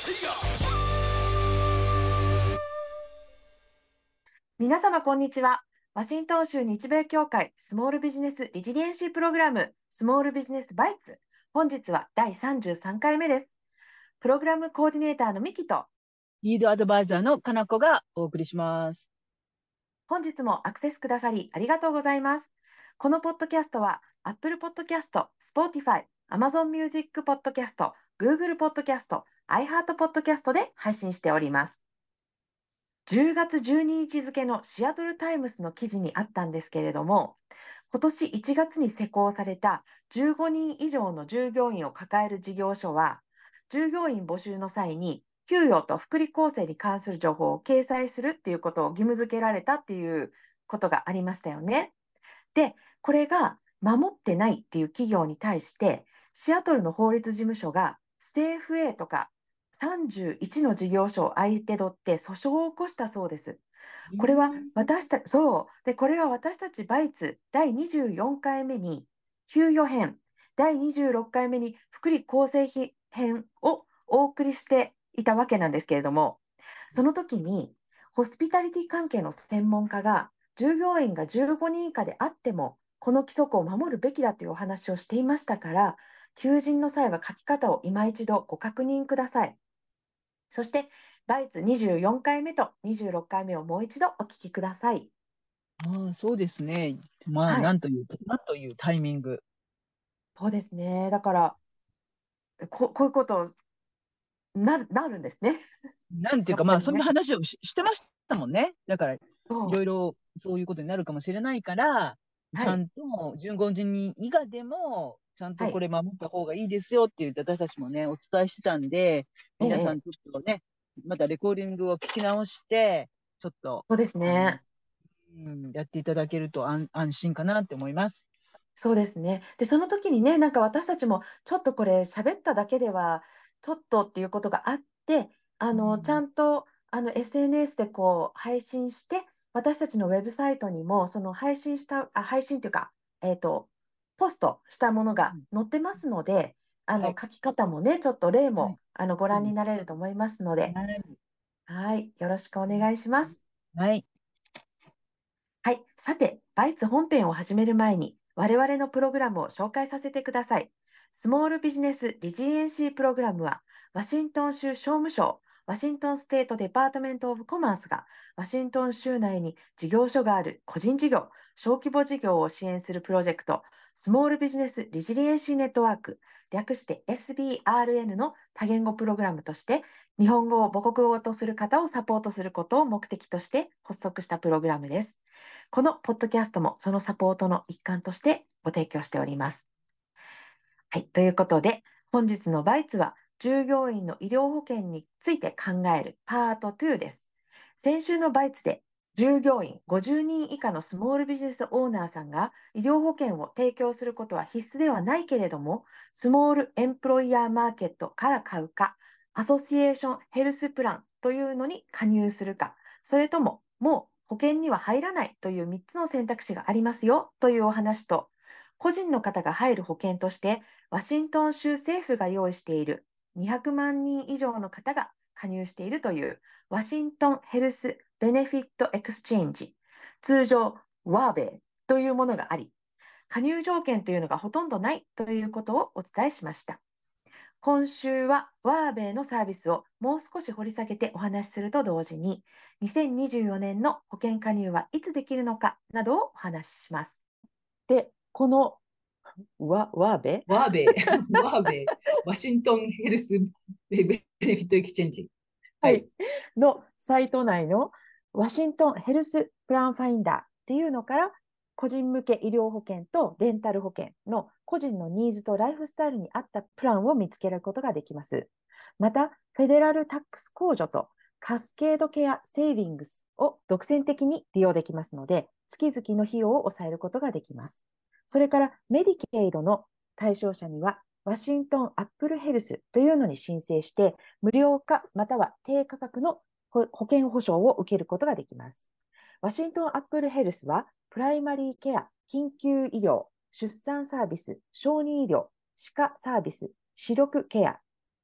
皆様、こんにちは。ワシントン州日米協会スモールビジネスリジリエンシープログラム、スモールビジネスバイツ。本日は第33回目です。プログラムコーディネーターのミキと、 リードアドバイザーのかなこがお送りします。 本日もアクセスくださりありがとうございます。このポッドキャストは Apple Podcast、Spotify、Amazon Music Podcast、Google Podcast、iHeart Podcast で配信しております。10月12日付のシアトルタイムスの記事にあったんですけれども、今年1月に施行された15人以上の従業員を抱える事業所は、従業員募集の際に給与と福利厚生に関する情報を掲載するっていうことを義務付けられたっていうことがありましたよね。で、これが守ってないっていう企業に対して、シアトルの法律事務所が政府 A とか31の事業所を相手取って訴訟を起こしたそうです。これはこれは私たちバイツ第24回目に給与編、第26回目に福利厚生費編をお送りしていたわけなんですけれども、その時にホスピタリティ関係の専門家が従業員が15人以下であってもこの規則を守るべきだというお話をしていましたから、求人の際は書き方を今一度ご確認ください。そして、バイツ24回目と26回目をもう一度お聞きください。 ああ、そうですね。まあ、 はい。 なんというタイミング。 そうですね。だから、こういうことなるんですね。 なんていうか、まあ、そんなやっぱりね。 話をしてましたもんね。だから、いそう。 ろいろそういうことになるかもしれないから、ちはい。 ゃんと15人以下でも、ちゃんとはい。 これ守った方がいいですよって言って私たちもね、お伝えしてたんで、 ええ、 皆さんちょっとね、またレコーディングを聞き直して、ちょっと、 そうですあの、 ね。 やっていただけると安心かなって思います。 そうですね。で、その時にね、なんか私たちもちょっとこれ喋っただけではちょっとっていうことがあって、ちゃうんんとSNS でこう配信して、私たちのウェブサイトにもその配信というか、ポストしたものがうん載ってますので、 はい。 書き方もね、ちょっと例もはい。 ご覧にそうです。 なれると思いますので、 はい。 はい、よろしくお願いします。 はい。 はい。さて、バイツ本編を始める前に、我々のプログラムを紹介させてください。スモールビジネスリジリエンシープログラムは、ワシントン州商務省、ワシントンステートデパートメントオブコマースが、ワシントン州内に事業所がある個人事業、小規模事業を支援するプロジェクト、スモールビジネスリジリエンシーネットワーク、略して SBRN の多言語プログラムとして、日本語を母国語とする方をサポートすることを目的として発足したプログラムです。このポッドキャストもそのサポートの一環としてご提供しております。はい。ということで、本日のバイツは従業員の医療保険について考えるパート2です。先週のバイツで従業員50人以下のスモールビジネスオーナーさんが医療保険を提供することは必須ではないけれども、スモールエンプロイヤーマーケットから買うか、アソシエーションヘルスプランというのに加入するか、それとももう保険には入らないという3つの選択肢がありますよというお話と、個人の方が入る保険としてワシントン州政府が用意している200万人以上の方が加入しているというワシントンヘルスベネフィットエクスチェンジ、通称ワーベイというものがあり、加入条件というのがほとんどないということをお伝えしました。今週はワーベイのサービスをもう少し掘り下げてお話しすると同時に、2024年の保険加入はいつできるのかなどをお話しします。で、このワーベワーベイ、ワーベイ、ワシントンヘルスベネフィットエクスチェンジ。はい。 はい、のサイト内のワシントンヘルスプランファインダーっていうのから、個人向け医療保険とデンタル保険の個人のニーズとライフスタイルに合ったプランを見つけることができます。また、フェデラルタックス控除とカスケードケアセービングスを独占的に利用できますので、月々の費用を抑えることができます。それから、メディケイドの対象者には、ワシントンアップルヘルスというのに申請して、無料化または低価格の保険保障を受けることができます。ワシントンアップルヘルスは、プライマリーケア、緊急医療、出産サービス、小児医療、歯科サービス、視力ケア、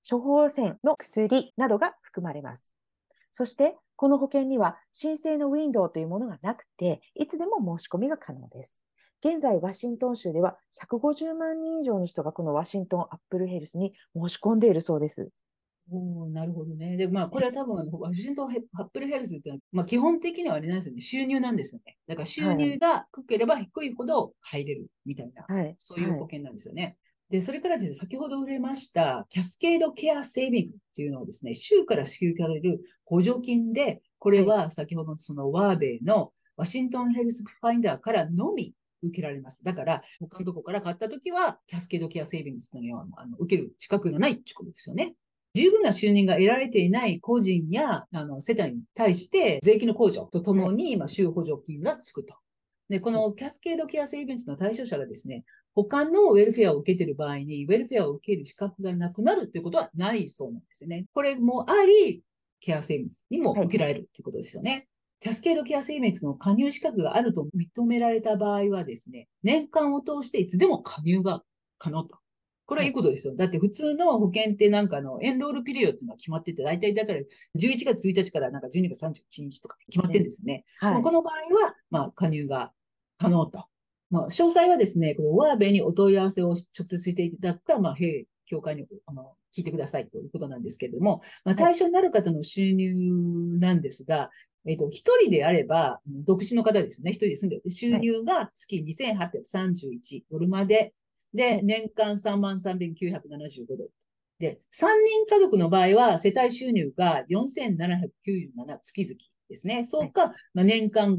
処方箋の薬などが含まれます。そして、この保険には申請のウィンドウというものがなくて、いつでも申し込みが可能です。現在、ワシントン州では150万人以上の人がこのワシントンアップルヘルスに申し込んでいるそうです。 おー、なるほどね。で、まあ、これは多分、ワシントンハップルヘルスっていうのは、まあ、基本的にはあれなんですよね。収入なんですよね。だから収はい。 入が低ければ低いほど入れるみたいな、 はい。 そういうはい。 保険なんですよね。で、それからですね、先ほど触れました、キャスケードケアセービングっていうのをですね、州から支給される補助金で、これはい。 は先ほどのそのワーベイのワシントンヘルスファインダーからのみ受けられます。だから、他のところから買ったときは、キャスケードケアセービングっていうのは、受ける資格がないっていうことですよね。十分な収入が得られていない個人や世帯に対して税金の控除ととはい。 もに、州補助金がつくと。で、こはい。 のキャスケードケアセービングの対象者がですね、他のウェルフェアを受けている場合に、ウェルフェアを受ける資格がなくなるということはないそうなんですね。これもあり、ケアセービングにもはい。 受けられるということですよね。キャスケードケアセービングの加入資格があると認められた場合はですね、年間を通していつでも加入が可能と。これはいいはい。 ことですよ。だって普通の保険ってなんかエンロールピリオドっていうのは決まってて、大体だから11月1日からなんか12月31日とか決まってるんですよね。ではい。 もこの場合は、加入が可能と。詳細はですね、このワーベにお問い合わせを直接していただくか、弊協会に聞いてくださいということなんですけれども、 はい。 対象になる方の収入なんですが、一人であれば、独身の方ですね、一人で住んでる。収はい。 入が月2831ドルまで、で、 はい。 年間33,975ドル。で、3人家族の場合は、世帯収入が4797月々ですね。そはい。 うか、年間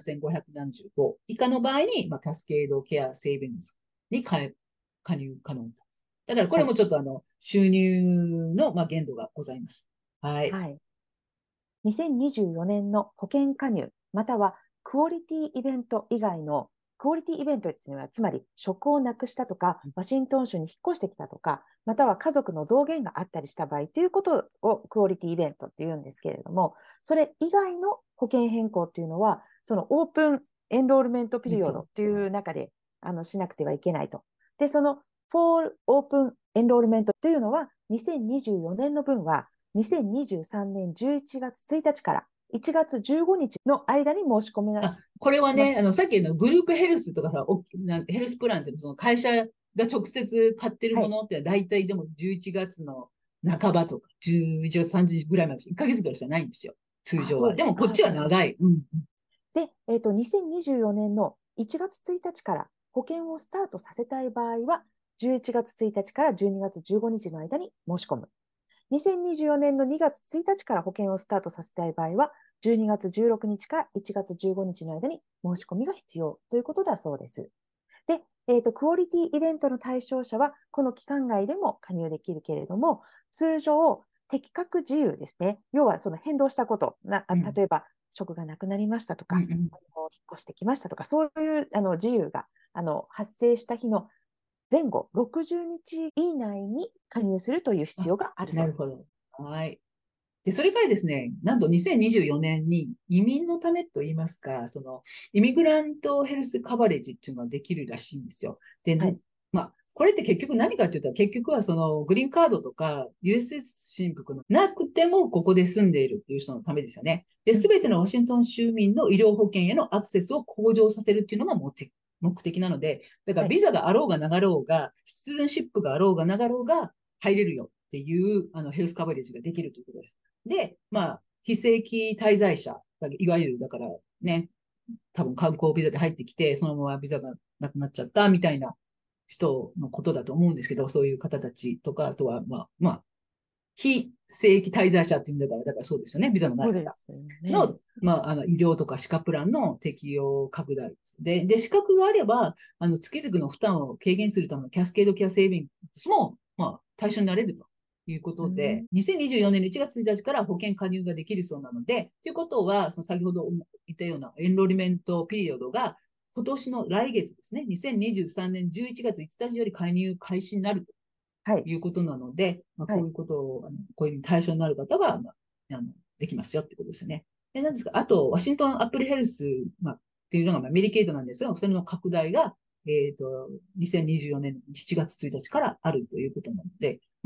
57,575以下の場合に、キャスケードケアセービングに加入可能と。だからこはい。 れもちょっと収入の、限度がございます。はい。 はい。2024年の保険加入、またはクオリティイベント以外の、クオリティイベントっていうのは、つまり職をなくしたとか、ワシントン州に引っ越してきたとか、または家族の増減があったりした場合ということをクオリティイベントっていうんですけれども、それ以外の保険変更っていうのは、そのオープンエンロールメントピリオドっていう中でしなくてはいけないと。で、そのフォールオープンエンロールメントというのは、2024年の分は2023年11月1日から1月15日の間に申し込みが、 これはま、 ね、さっきのグループヘルスとかさ、ヘルスプランってその会社が直接買ってるはい。 ものって大体でも11月の半ばとか11月30日ぐらいまで、1ヶ月ぐらいしかないんですよ。通あ、 常は。 そうです。 でもこっちははい。 長い。うん。 で、2024年の1月1日から保険をスタートさせたい場合は、11月1日から12月15日の間に申し込む。2024年の2月1日から保険をスタートさせたい場合は、12月16日から1月15日の間に申し込みが必要ということだそうです。で、クオリティイベントの対象者は、この期間外でも加入できるけれども、通常、適格自由ですね。要は、その変動したことうん。 例えば、職がなくなりましたとか、 うんうん。 引っ越してきましたとか、そういう自由が発生した日の前後60日以内に加入するという必あ、 要があるそうです。 なるほど。はい。で、それからですね、なんと2024年に移民のためといいますか、イミグラントヘルスカバレッジっていうのができるらしいんですよ。で、 はい。 これって結局何かって言ったら、結局はグリーンカードとか USS 申告のなくてもここで住んでいるっていう人のためですよね。で、 うん。 すべてのワシントン州民の医療保険へのアクセスを向上させるっていうのが目的なので、だからはい。 ビザがあろうがなかろうが、シチズンシップがあろうがなかろうが入れるよっていうヘルスカバレッジができるということです。で、非正規滞在者、いわゆるだからね、多分観光ビザで入ってきて、そのままビザがなくなっちゃったみたいな人のことだと思うんですけど、そういう方たちとか、あとは、非正規滞在者っていうんだからそうですよね、ビザのない方そうですよね。 の、医療とか歯科プランの適用拡大で、資格があれば、月々の負担を軽減するためのキャスケードケアセービングも、対象になれるということで、 うん。 2024年の1月1日から保険加入ができるそうなので、ということは、その先ほど言ったようなエンローリメントピリオドが、今年の来月ですね、2023年11月1日より加入開始になるとはい。 いうことなので、 はい。 こういうことを、こういう対象になる方は、できますよってことですよね。で、なんですか、あと、ワシントンアップルヘルス、っていうのが、メディケイドなんですが、それの拡大が、2024年7月1日からあるということなので、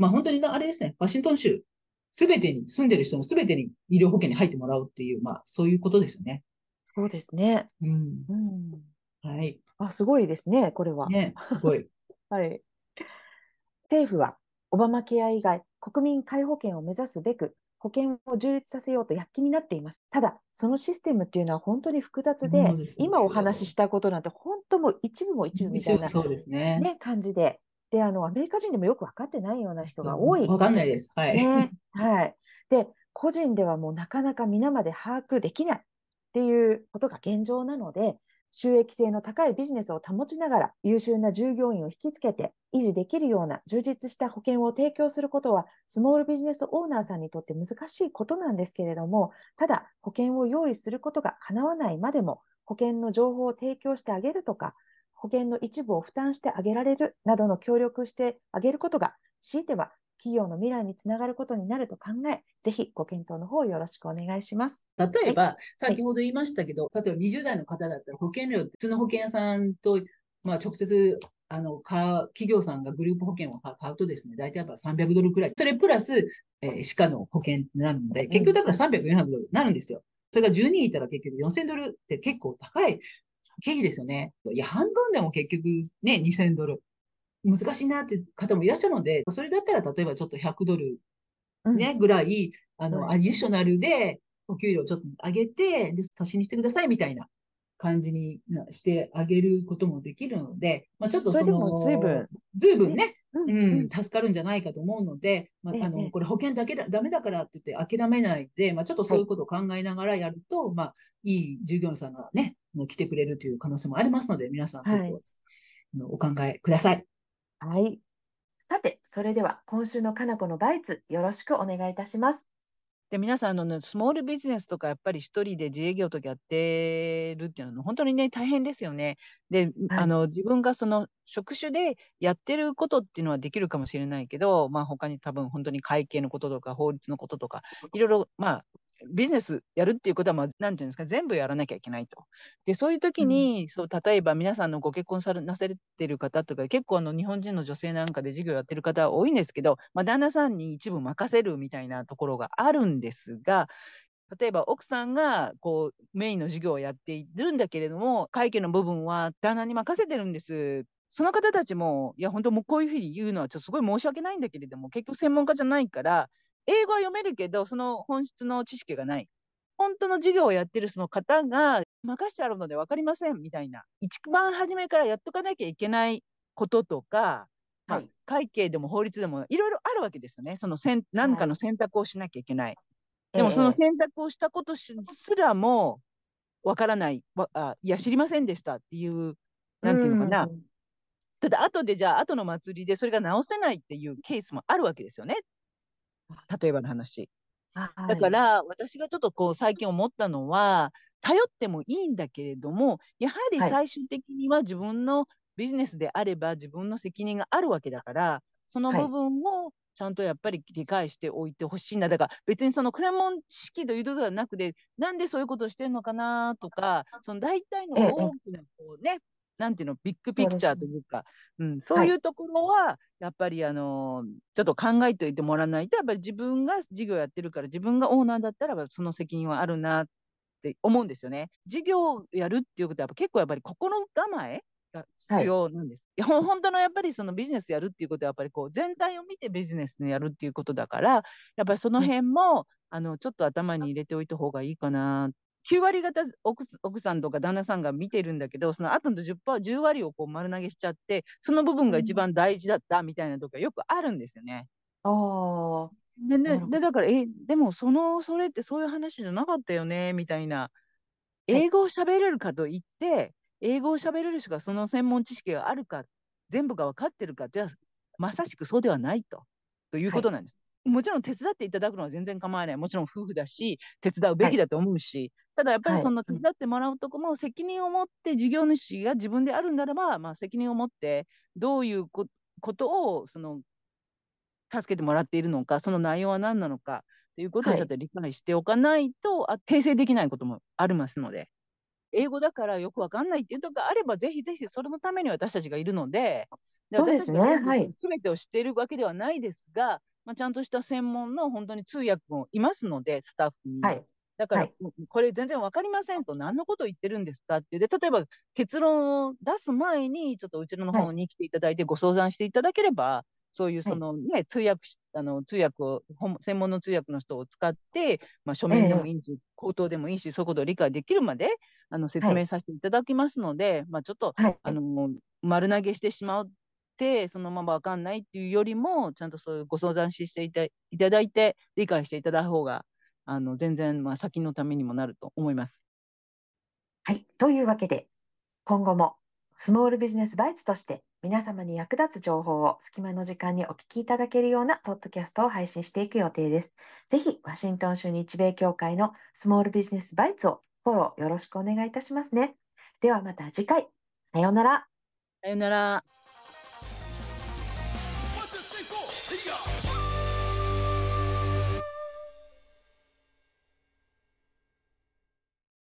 まあ本当にあれですね、ワシントン州、すべてに、住んでる人のすべてに医療保険に入ってもらうっていう、まあそういうことですよね。 そうですね。 うん。 うん。 はい。 あ、すごいですね、これは。 ね、すごい。 はい。政府は、オバマケア以外、国民皆保険を目指すべく、保険を充実させようと躍起になっています。ただ、そのシステムっていうのは本当に複雑で、 そうですで今おすよ。 話ししたことなんて、本当もう一部も一部みたいな、 そうですね。 ね、感じで、で、アメリカ人でもよく分かってないような人が多いわかんないです。はい。 ね。はい。で、個人ではもうなかなか皆まで把握できないっていうことが現状なので、収益性の高いビジネスを保ちながら優秀な従業員を引きつけて維持できるような充実した保険を提供することはスモールビジネスオーナーさんにとって難しいことなんですけれども、ただ保険を用意することが叶わないまでも保険の情報を提供してあげるとか、保険の一部を負担してあげられるなどの協力してあげることが、強いては企業の未来につながることになると考え、ぜひご検討の方よろしくお願いします。 例はい。 えば、 はい。 先ほど言いましたけど、例えば20代の方だったら保険料って普通の保険屋さんと、まあ、直接、企業さんがグループ保険を買うとですね、大体やっぱ300ドルくらい。それプラス、歯科の保険になるので、 うん。 結局だから300、400ドルになるんですよ。それが12人いたら結局4000ドルって結構高い経費ですよね。いや、半分でも結局ね、2000ドル。難しいなっていう方もいらっしゃるので、それだったら例えばちょっと100ドルうん。 ね、ぐらい、アそうですね。 ディショナルで、お給料ちょっと上げて、で、足しにしてくださいみたいな感じにしてあげることもできるので、まあ、ちょっとそれでも随分、 ずいぶんね。 ね、 うん。 ううん。 助かるんじゃないかと思うので、まあ、 ええ、ええ。 これ保険だけダメだからって言って諦めないで、まあ、ちょっとはい。 そういうことを考えながらやると、まあ、いい従業員さんがね、来てくれるという可能性もありますので、皆さんちょっはい。 とお考えください。 はい。さて、それでは今週のかなこのバイツ、よろしくお願いいたします。 で、皆さんのね、スモールビジネスとかやっぱり一人で自営業とかやってるっていうのは本当にね、大変ですよね。で、 はい。 自分がその職種でやってることっていうのはできるかもしれないけど、まあ他に多分本当に会計のこととか法律のこととか、いろいろ、まあ、ビジネスやるっていうことは、まあ、なんていうんですか、全部やらなきゃいけないと。で、そういううん。 時に、そう、例えば皆さんのご結婚なされてる方とか、結構日本人の女性なんかで事業やってる方は多いんですけど、まあ、旦那さんに一部任せるみたいなところがあるんですが、例えば奥さんがこうメインの事業をやっているんだけれども、会計の部分は旦那に任せてるんです。その方たちも、いや、本当もうこういうふうに言うのはちょっとすごい申し訳ないんだけれども、結局専門家じゃないから、英語は読めるけど、その本質の知識がない。本当の授業をやってるその方が任してあるので分かりませんみたいな、一番初めからやっとかなきゃいけないこととか、まあ、 はい。 会計でも法律でもいろいろあるわけですよね。その何かのはい。 選択をしなきゃいけない。 ええ、 でもそのええ。 選択をしたことすらもわからない、いや、知りませんでしたっていう、 うなんていうのかな。 ん。 ただ、後でじゃあ、後の祭りでそれが直せないっていうケースもあるわけですよね。例えばの話。だはい。 から、私がちょっとこう、最近思ったのは、頼ってもいいんだけれども、やはりはい。 最終的には自分のビジネスであれば自分の責任があるわけだから、その部はい。 分をちゃんとやっぱり理解しておいてほしいんだ。だから別にその専門知識ということではなくて、なんでそういうことをしてるのかなとか、その大体のええ、ええ。 大きなこうね、なんていうの、ビッグピクチャーそうですね。 というか、うん、そうはい。 いうところは、やっぱりちょっと考えておいてもらわないと、やっぱり自分が事業やってるから、自分がオーナーだったらば、その責任はあるなって思うんですよね。事業をやるっていうことは、結構やっぱり心構えが必はい。 要なんです。いや、本当のやっぱりそのビジネスやるっていうことは、やっぱりこう全体を見てビジネスやるっていうことだから、やっぱりそのはい。 辺も、ちょっと頭に入れておいた方がいいかな。9割方奥さんとか旦那さんが見てるんだけど、その後の10%、10割をこう丸投げしちゃって、その部分が一うん。 番大事だったみたいなとこがよくあるんですよね。 ああ、 で、 なるほど。 だから、でもそれってそういう話じゃなかったよね、みたいな。 はい。 英語を喋れるかといって、英語を喋れる人がその専門知識があるか、全部が分かってるか、じゃあ、まさしくそうではないというはい。 ことなんです。もちろん手伝っていただくのは全然構わない。もちろん夫婦だし、手伝うべはい。 きだと思うし、ただやっぱりはい。 その手伝ってもらうとこも責任を持って事業主が自分であるならば、まあ、責任を持ってどういうことを助けてもらっているのか、その内容は何なのかということをはい。 ちょっと理解しておかないと、訂正できないこともありますので。 英語だからよくわかんないっていうのがあれば、ぜひぜひそれのために私たちがいるので、私たちそうですね。はい。 が全部てを知っているわけではないですが、ちゃんとした専門の本当に通訳もいますので、スタッフに。 はい。 だから、 はい。 これ全然わかりませんと、何のことを言ってるんですかってで、例えば結論を出す前に、ちょっとうちのはい。 方に来ていただいてご相談していただければ、そういうはい。 そのね、通訳を、専門の通訳の人を使って、書ええ、 面でもいいし、口頭でもいいし、そういうことを理解できるまで、説はい。 明させていただきますので、ちょっと、 はい。 丸投げしてしまって、そのままわかんないっていうよりも、ちゃんとそういうご相談していただいて、理解していただく方が、全然、先のためにもなると思います。 はい。というわけで、今後もスモールビジネスバイツとして皆様に役立つ情報を隙間の時間にお聞きいただけるようなポッドキャストを配信していく予定です。ぜひ、ワシントン州日米協会のスモールビジネスバイツをフォローよろしくお願いいたしますね。ではまた次回。さようなら。 さよなら。